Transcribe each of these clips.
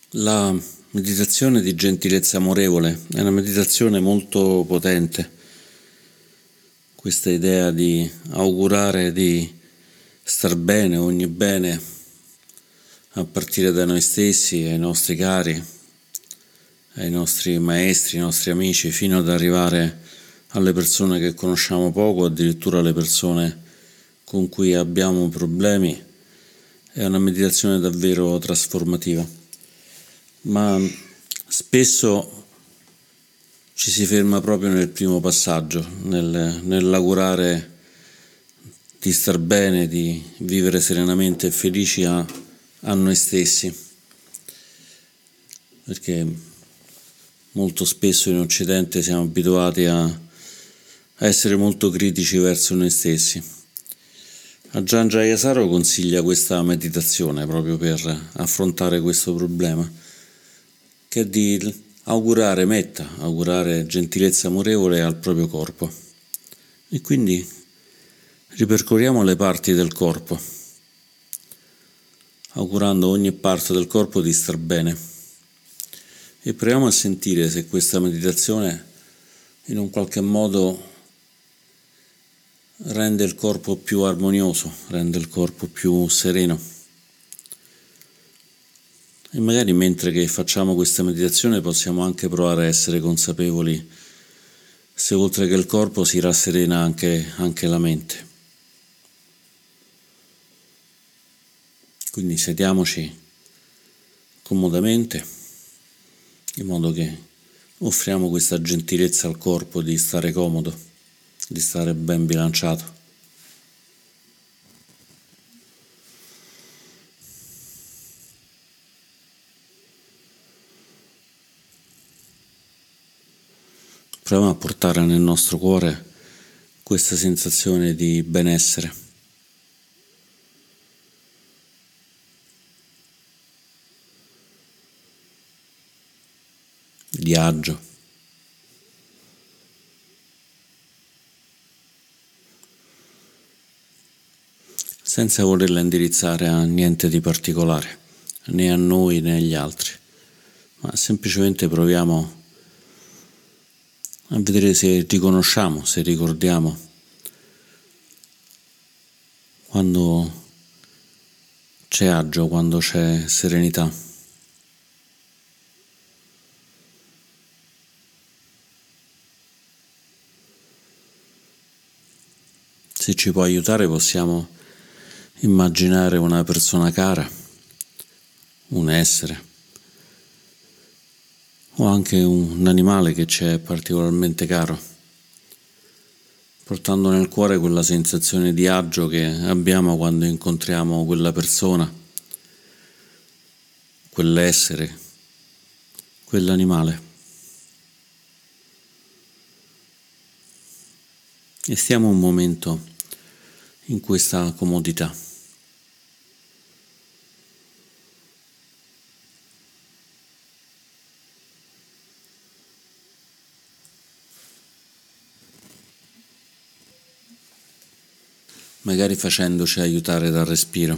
La meditazione di gentilezza amorevole è una meditazione molto potente. Questa idea di augurare di star bene, ogni bene, a partire da noi stessi, ai nostri cari, ai nostri maestri, ai nostri amici, fino ad arrivare alle persone che conosciamo poco, addirittura alle persone con cui abbiamo problemi, è una meditazione davvero trasformativa. Ma spesso ci si ferma proprio nel primo passaggio, nell'augurare di star bene, di vivere serenamente e felici a noi stessi, perché molto spesso in Occidente siamo abituati a essere molto critici verso noi stessi. Ajahn Jayasaro consiglia questa meditazione proprio per affrontare questo problema, che è di augurare metta, augurare gentilezza amorevole al proprio corpo. E quindi ripercorriamo le parti del corpo, augurando ogni parte del corpo di star bene. E proviamo a sentire se questa meditazione in un qualche modo rende il corpo più armonioso, rende il corpo più sereno. E magari mentre che facciamo questa meditazione possiamo anche provare a essere consapevoli se oltre che il corpo si rasserena anche la mente. Quindi sediamoci comodamente, in modo che offriamo questa gentilezza al corpo di stare comodo, di stare ben bilanciato. Proviamo a portare nel nostro cuore questa sensazione di benessere, di agio, senza volerla indirizzare a niente di particolare, né a noi né agli altri, ma semplicemente proviamo a vedere se riconosciamo, se ricordiamo quando c'è agio, quando c'è serenità. Se ci può aiutare possiamo immaginare una persona cara, un essere, o anche un animale che ci è particolarmente caro, portando nel cuore quella sensazione di agio che abbiamo quando incontriamo quella persona, quell'essere, quell'animale. E stiamo un momento in questa comodità. Magari facendoci aiutare dal respiro.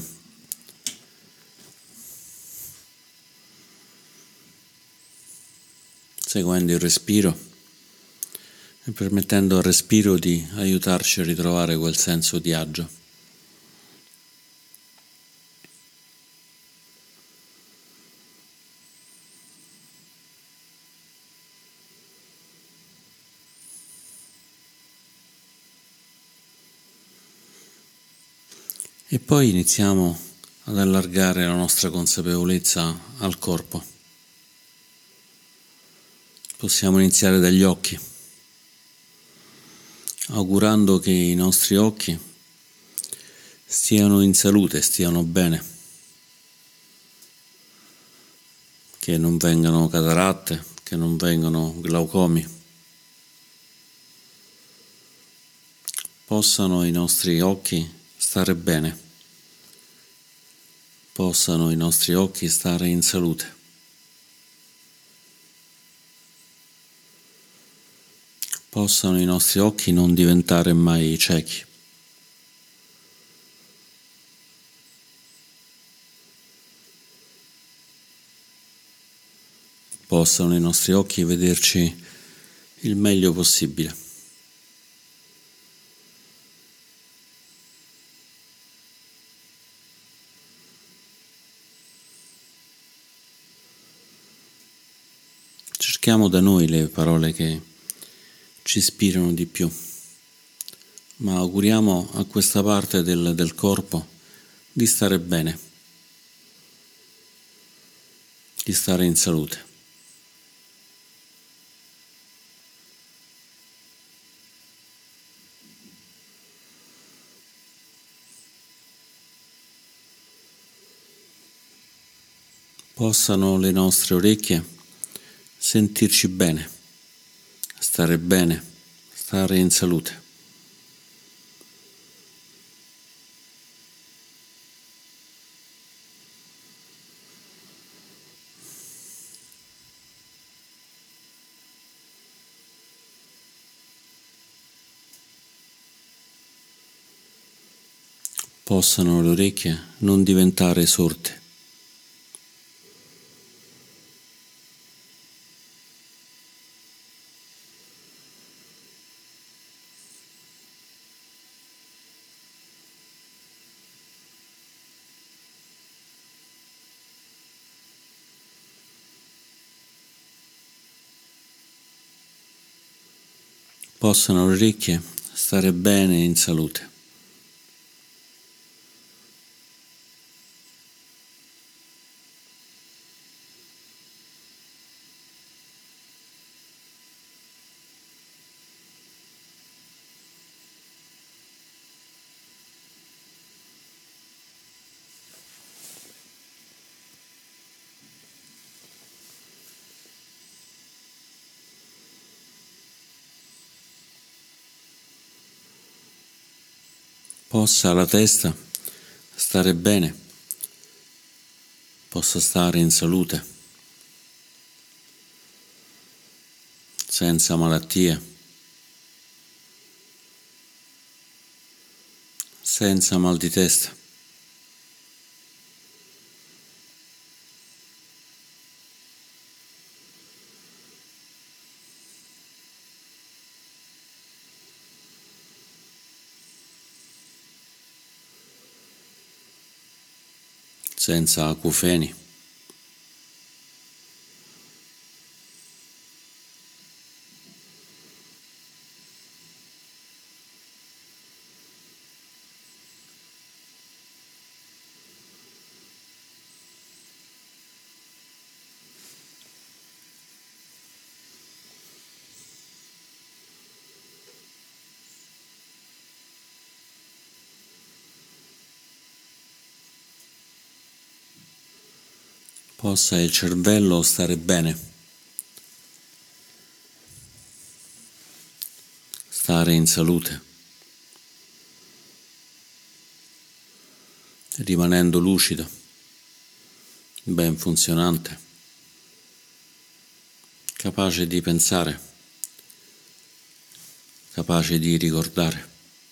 Seguendo il respiro e permettendo al respiro di aiutarci a ritrovare quel senso di agio. E poi iniziamo ad allargare la nostra consapevolezza al corpo. Possiamo iniziare dagli occhi, augurando che i nostri occhi stiano in salute, stiano bene, che non vengano cataratte, che non vengano glaucomi. Possano i nostri occhi stare bene, possano i nostri occhi stare in salute. Possano i nostri occhi non diventare mai ciechi. possano i nostri occhi vederci il meglio possibile. Cerchiamo da noi le parole che ci ispirano di più, ma auguriamo a questa parte del corpo di stare bene, di stare in salute. Possano le nostre orecchie sentirci bene, stare in salute. Possano le orecchie non diventare sorte. Possano le orecchie stare bene in salute. Possa la testa stare bene, possa stare in salute, senza malattie, senza mal di testa. Senza acufeni. Possa il cervello stare bene, stare in salute, rimanendo lucido, ben funzionante, capace di pensare, capace di ricordare.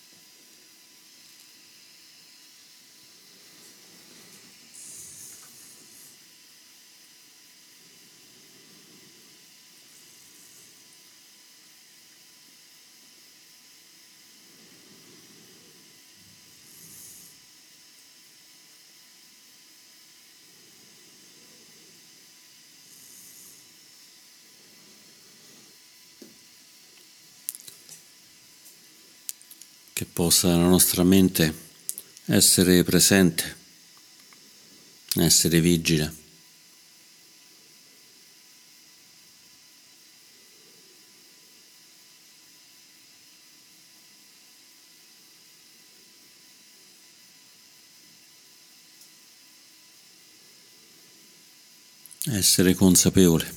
Che possa la nostra mente essere presente, essere vigile. Essere consapevole.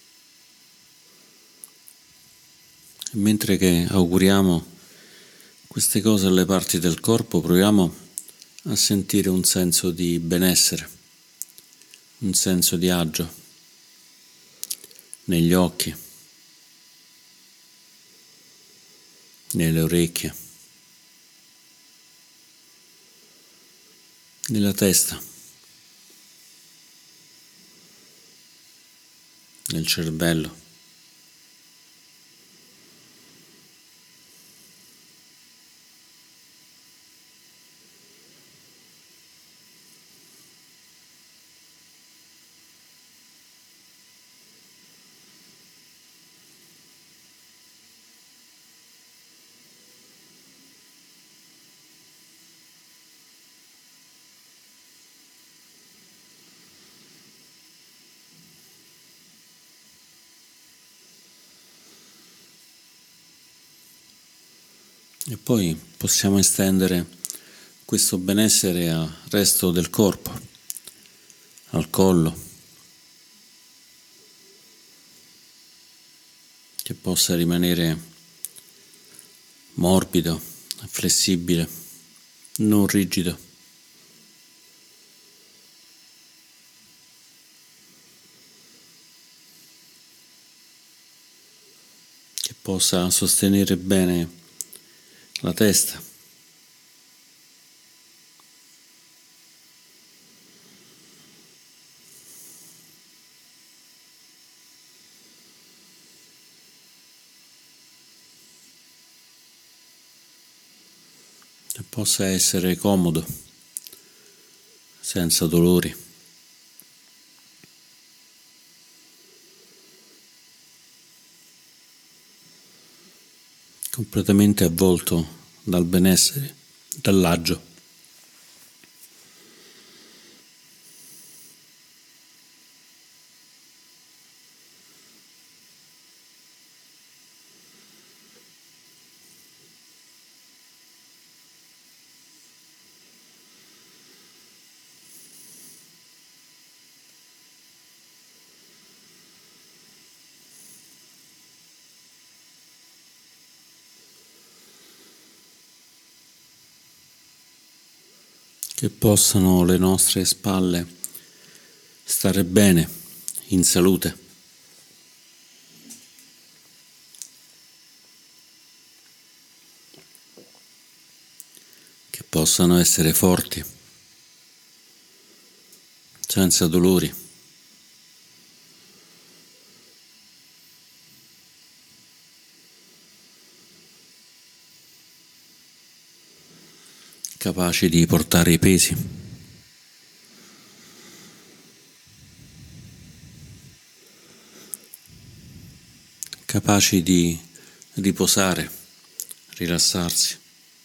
Mentre che auguriamo queste cose alle parti del corpo, proviamo a sentire un senso di benessere, un senso di agio negli occhi, nelle orecchie, nella testa, nel cervello. E poi possiamo estendere questo benessere al resto del corpo, al collo, che possa rimanere morbido, flessibile, non rigido, che possa sostenere bene la testa. Che possa essere comodo, senza dolori. Completamente avvolto dal benessere, dall'agio. Che possano le nostre spalle stare bene, in salute, che possano essere forti, senza dolori, capaci di portare i pesi, capaci di riposare, rilassarsi.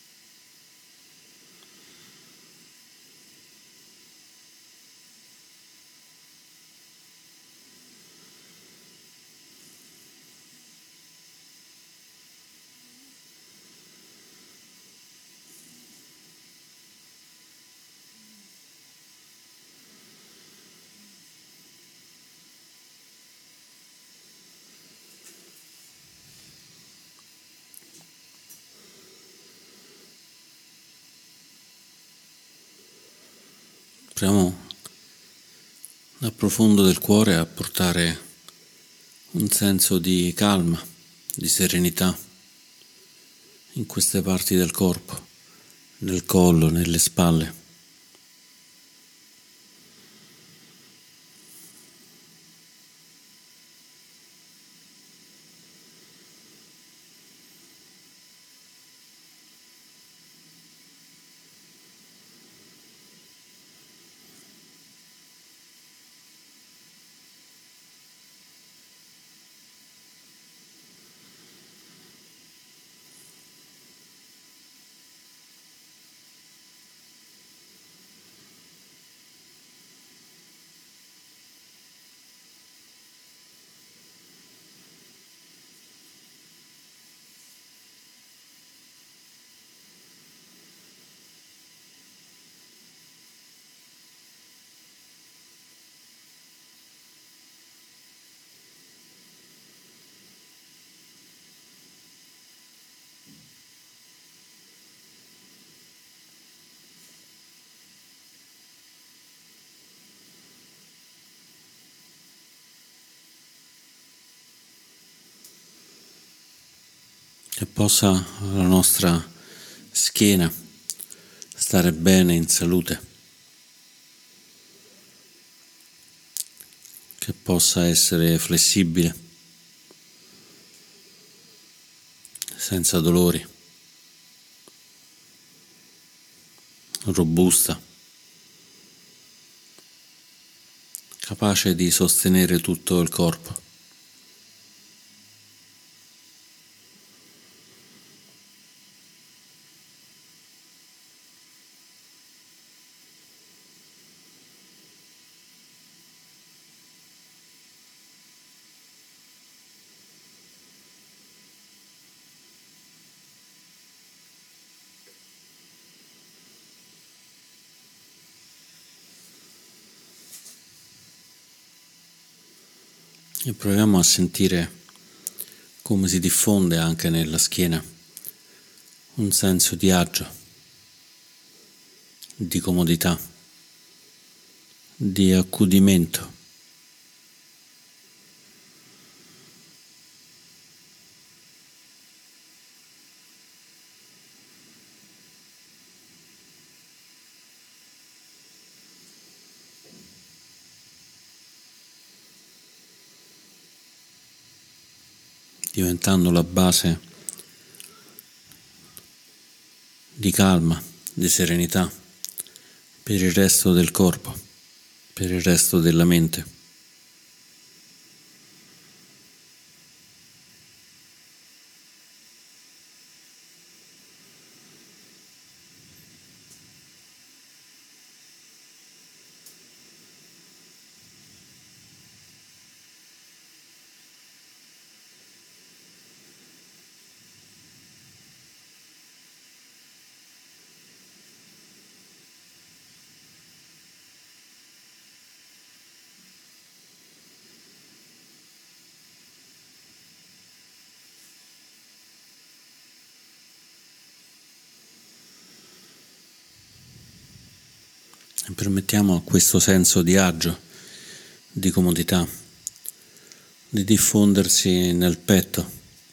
Proviamo dal profondo del cuore a portare un senso di calma, di serenità in queste parti del corpo, nel collo, nelle spalle. che possa la nostra schiena stare bene in salute, che possa essere flessibile, senza dolori, robusta, capace di sostenere tutto il corpo. E proviamo a sentire come si diffonde anche nella schiena un senso di agio, di comodità, di accudimento. Diventando la base di calma, di serenità per il resto del corpo, per il resto della mente. E permettiamo a questo senso di agio, di comodità, di diffondersi nel petto,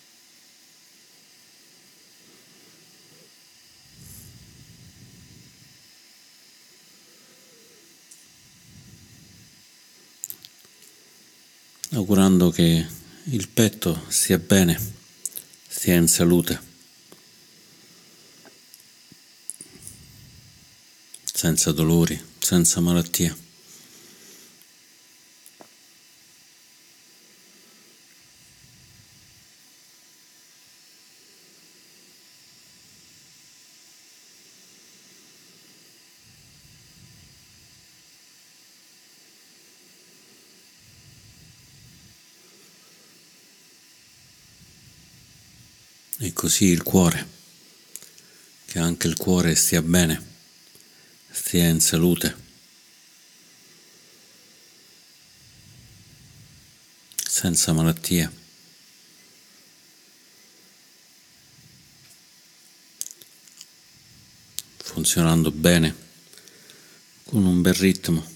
augurando che il petto stia bene, stia in salute, senza dolori, senza malattie. E così il cuore, che anche il cuore stia bene, stia in salute, senza malattie, funzionando bene, con un bel ritmo.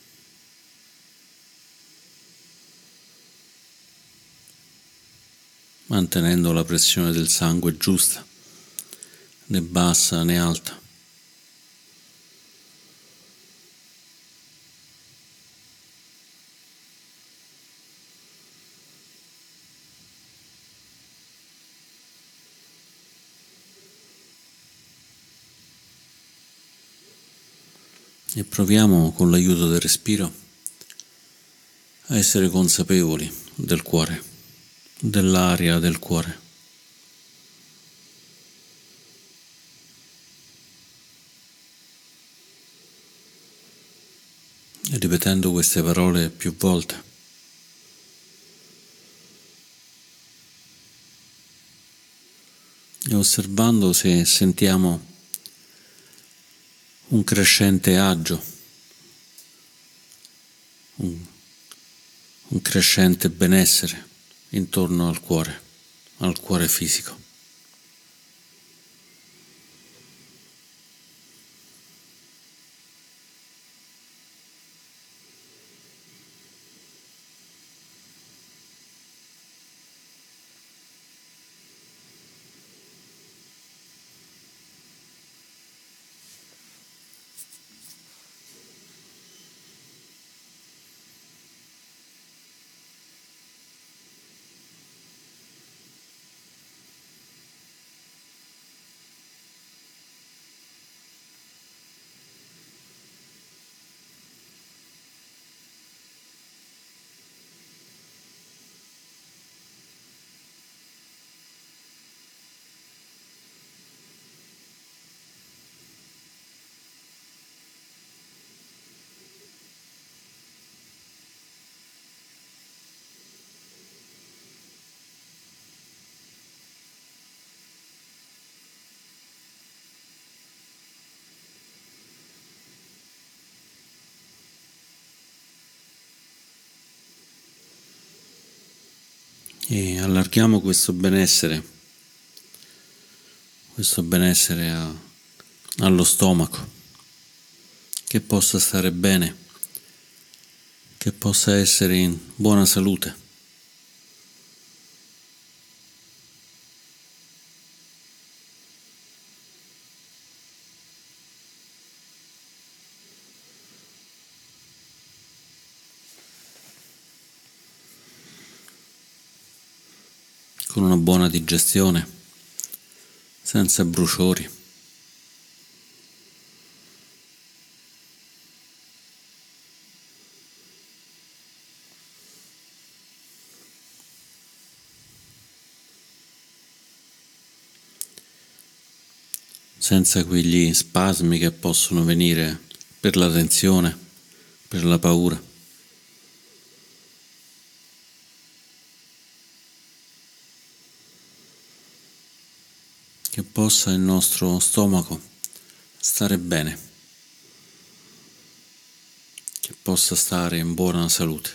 Mantenendo la pressione del sangue giusta, né bassa né alta. E proviamo con l'aiuto del respiro a essere consapevoli del cuore, dell'aria del cuore. E ripetendo queste parole più volte, e osservando se sentiamo un crescente agio, un crescente benessere intorno al cuore fisico. e allarghiamo questo benessere allo stomaco, che possa stare bene, che possa essere in buona salute. Con una buona digestione, senza bruciori. Senza quegli spasmi che possono venire per la tensione, per la paura. Che possa il nostro stomaco stare bene, che possa stare in buona salute.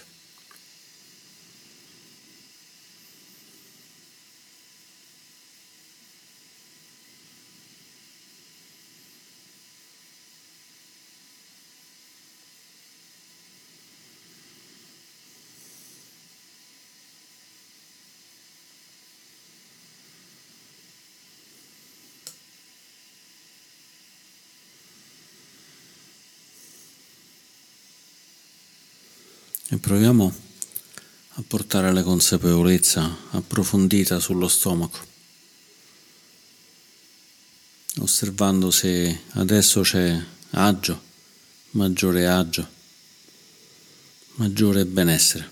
E proviamo a portare la consapevolezza approfondita sullo stomaco, osservando se adesso c'è maggiore agio, maggiore benessere.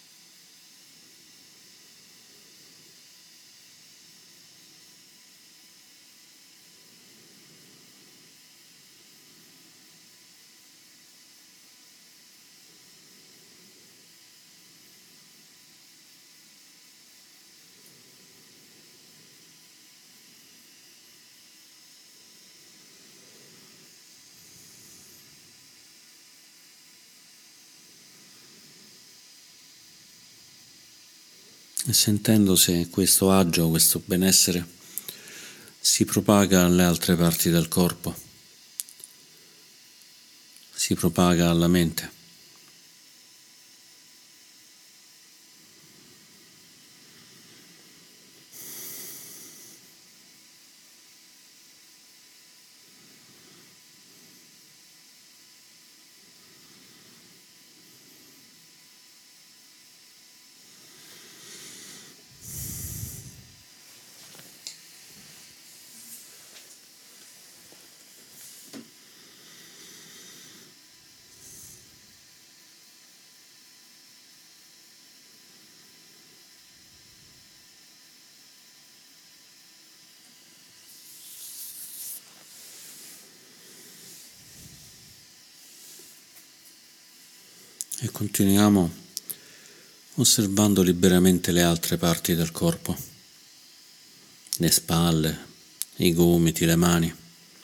E sentendo se questo agio, questo benessere si propaga alle altre parti del corpo, si propaga alla mente. E continuiamo osservando liberamente le altre parti del corpo, le spalle, i gomiti, le mani.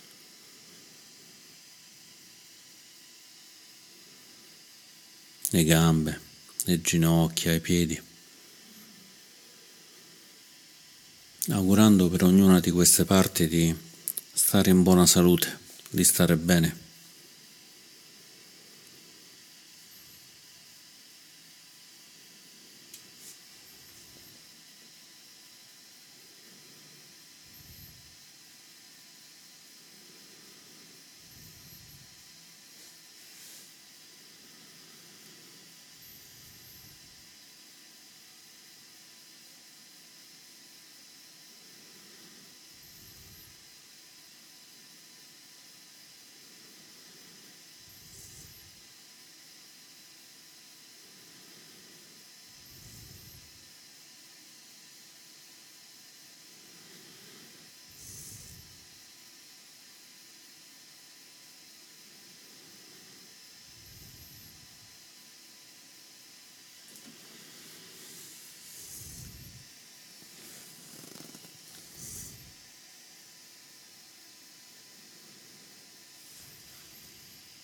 Le gambe, le ginocchia, i piedi, augurando per ognuna di queste parti di stare in buona salute, di stare bene.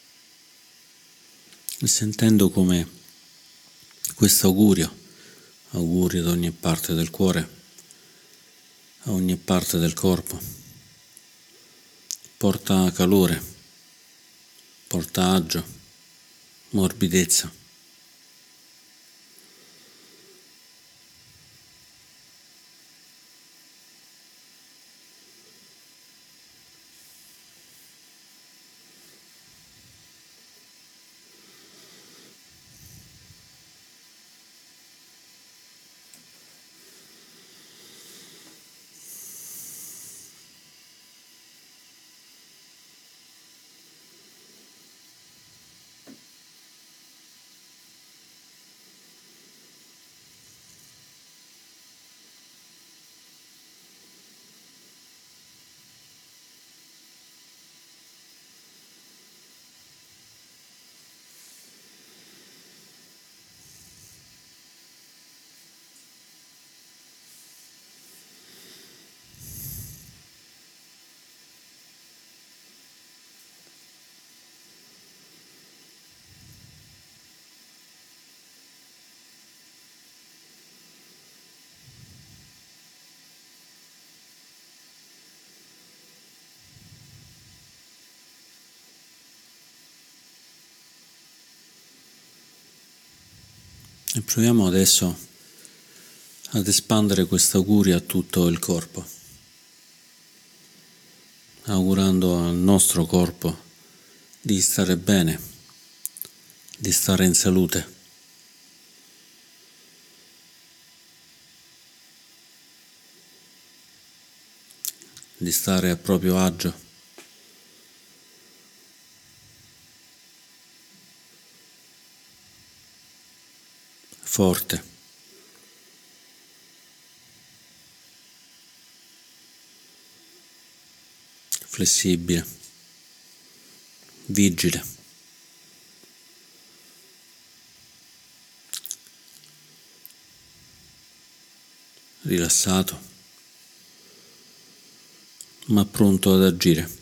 E sentendo come questo augurio auguri ad ogni parte del cuore, a ogni parte del corpo. Porta calore, porta agio, morbidezza. E proviamo adesso ad espandere questa auguria a tutto il corpo, augurando al nostro corpo di stare bene, di stare in salute, di stare a proprio agio, forte, flessibile, vigile, rilassato, ma pronto ad agire.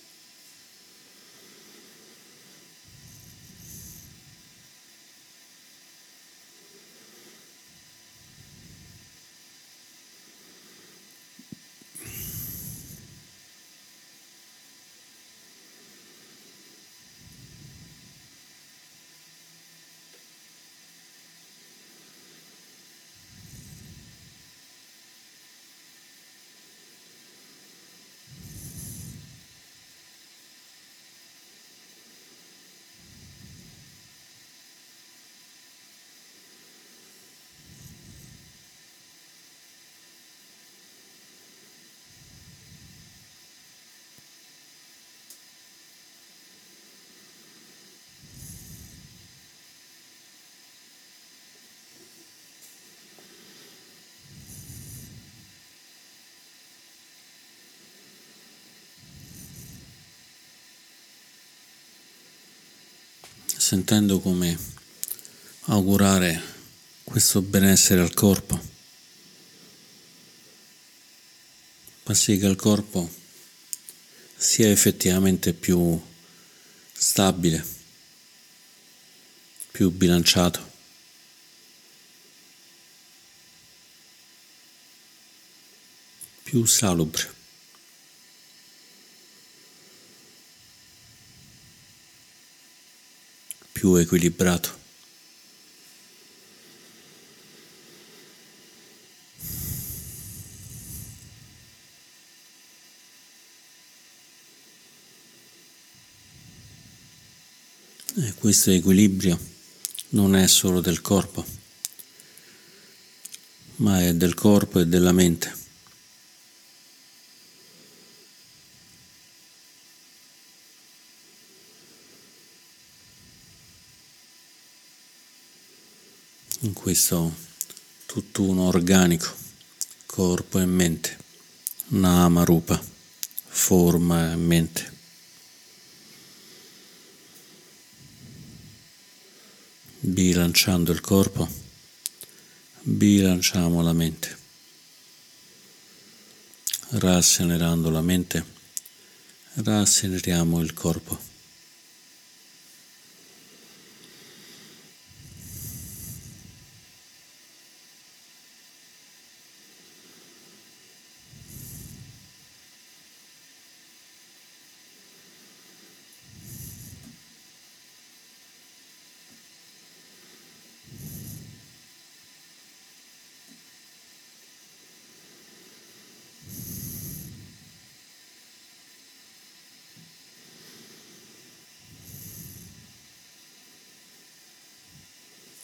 Sentendo come augurare questo benessere al corpo fa sì che il corpo sia effettivamente più stabile, più bilanciato, più salubre, più equilibrato. E questo equilibrio non è solo del corpo, ma è del corpo e della mente. In questo tutt'uno organico, corpo e mente, Nama Rupa, forma e mente. Bilanciando il corpo, bilanciamo la mente. Rassenerando la mente, rasseneriamo il corpo.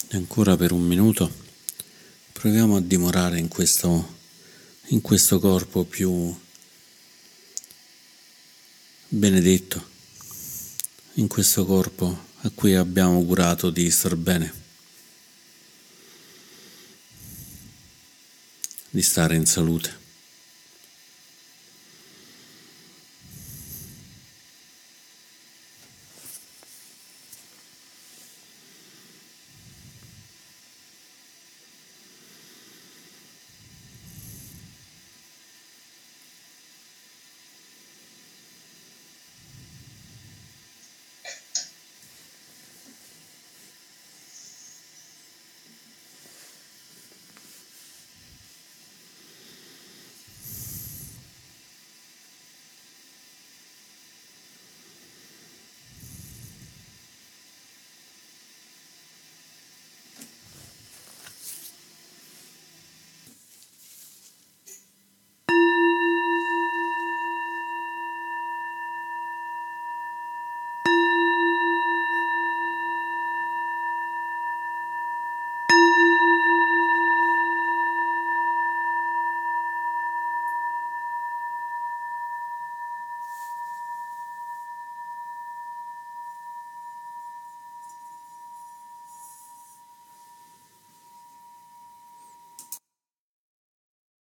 E ancora per un minuto proviamo a dimorare in questo corpo più benedetto, in questo corpo a cui abbiamo augurato di star bene, di stare in salute.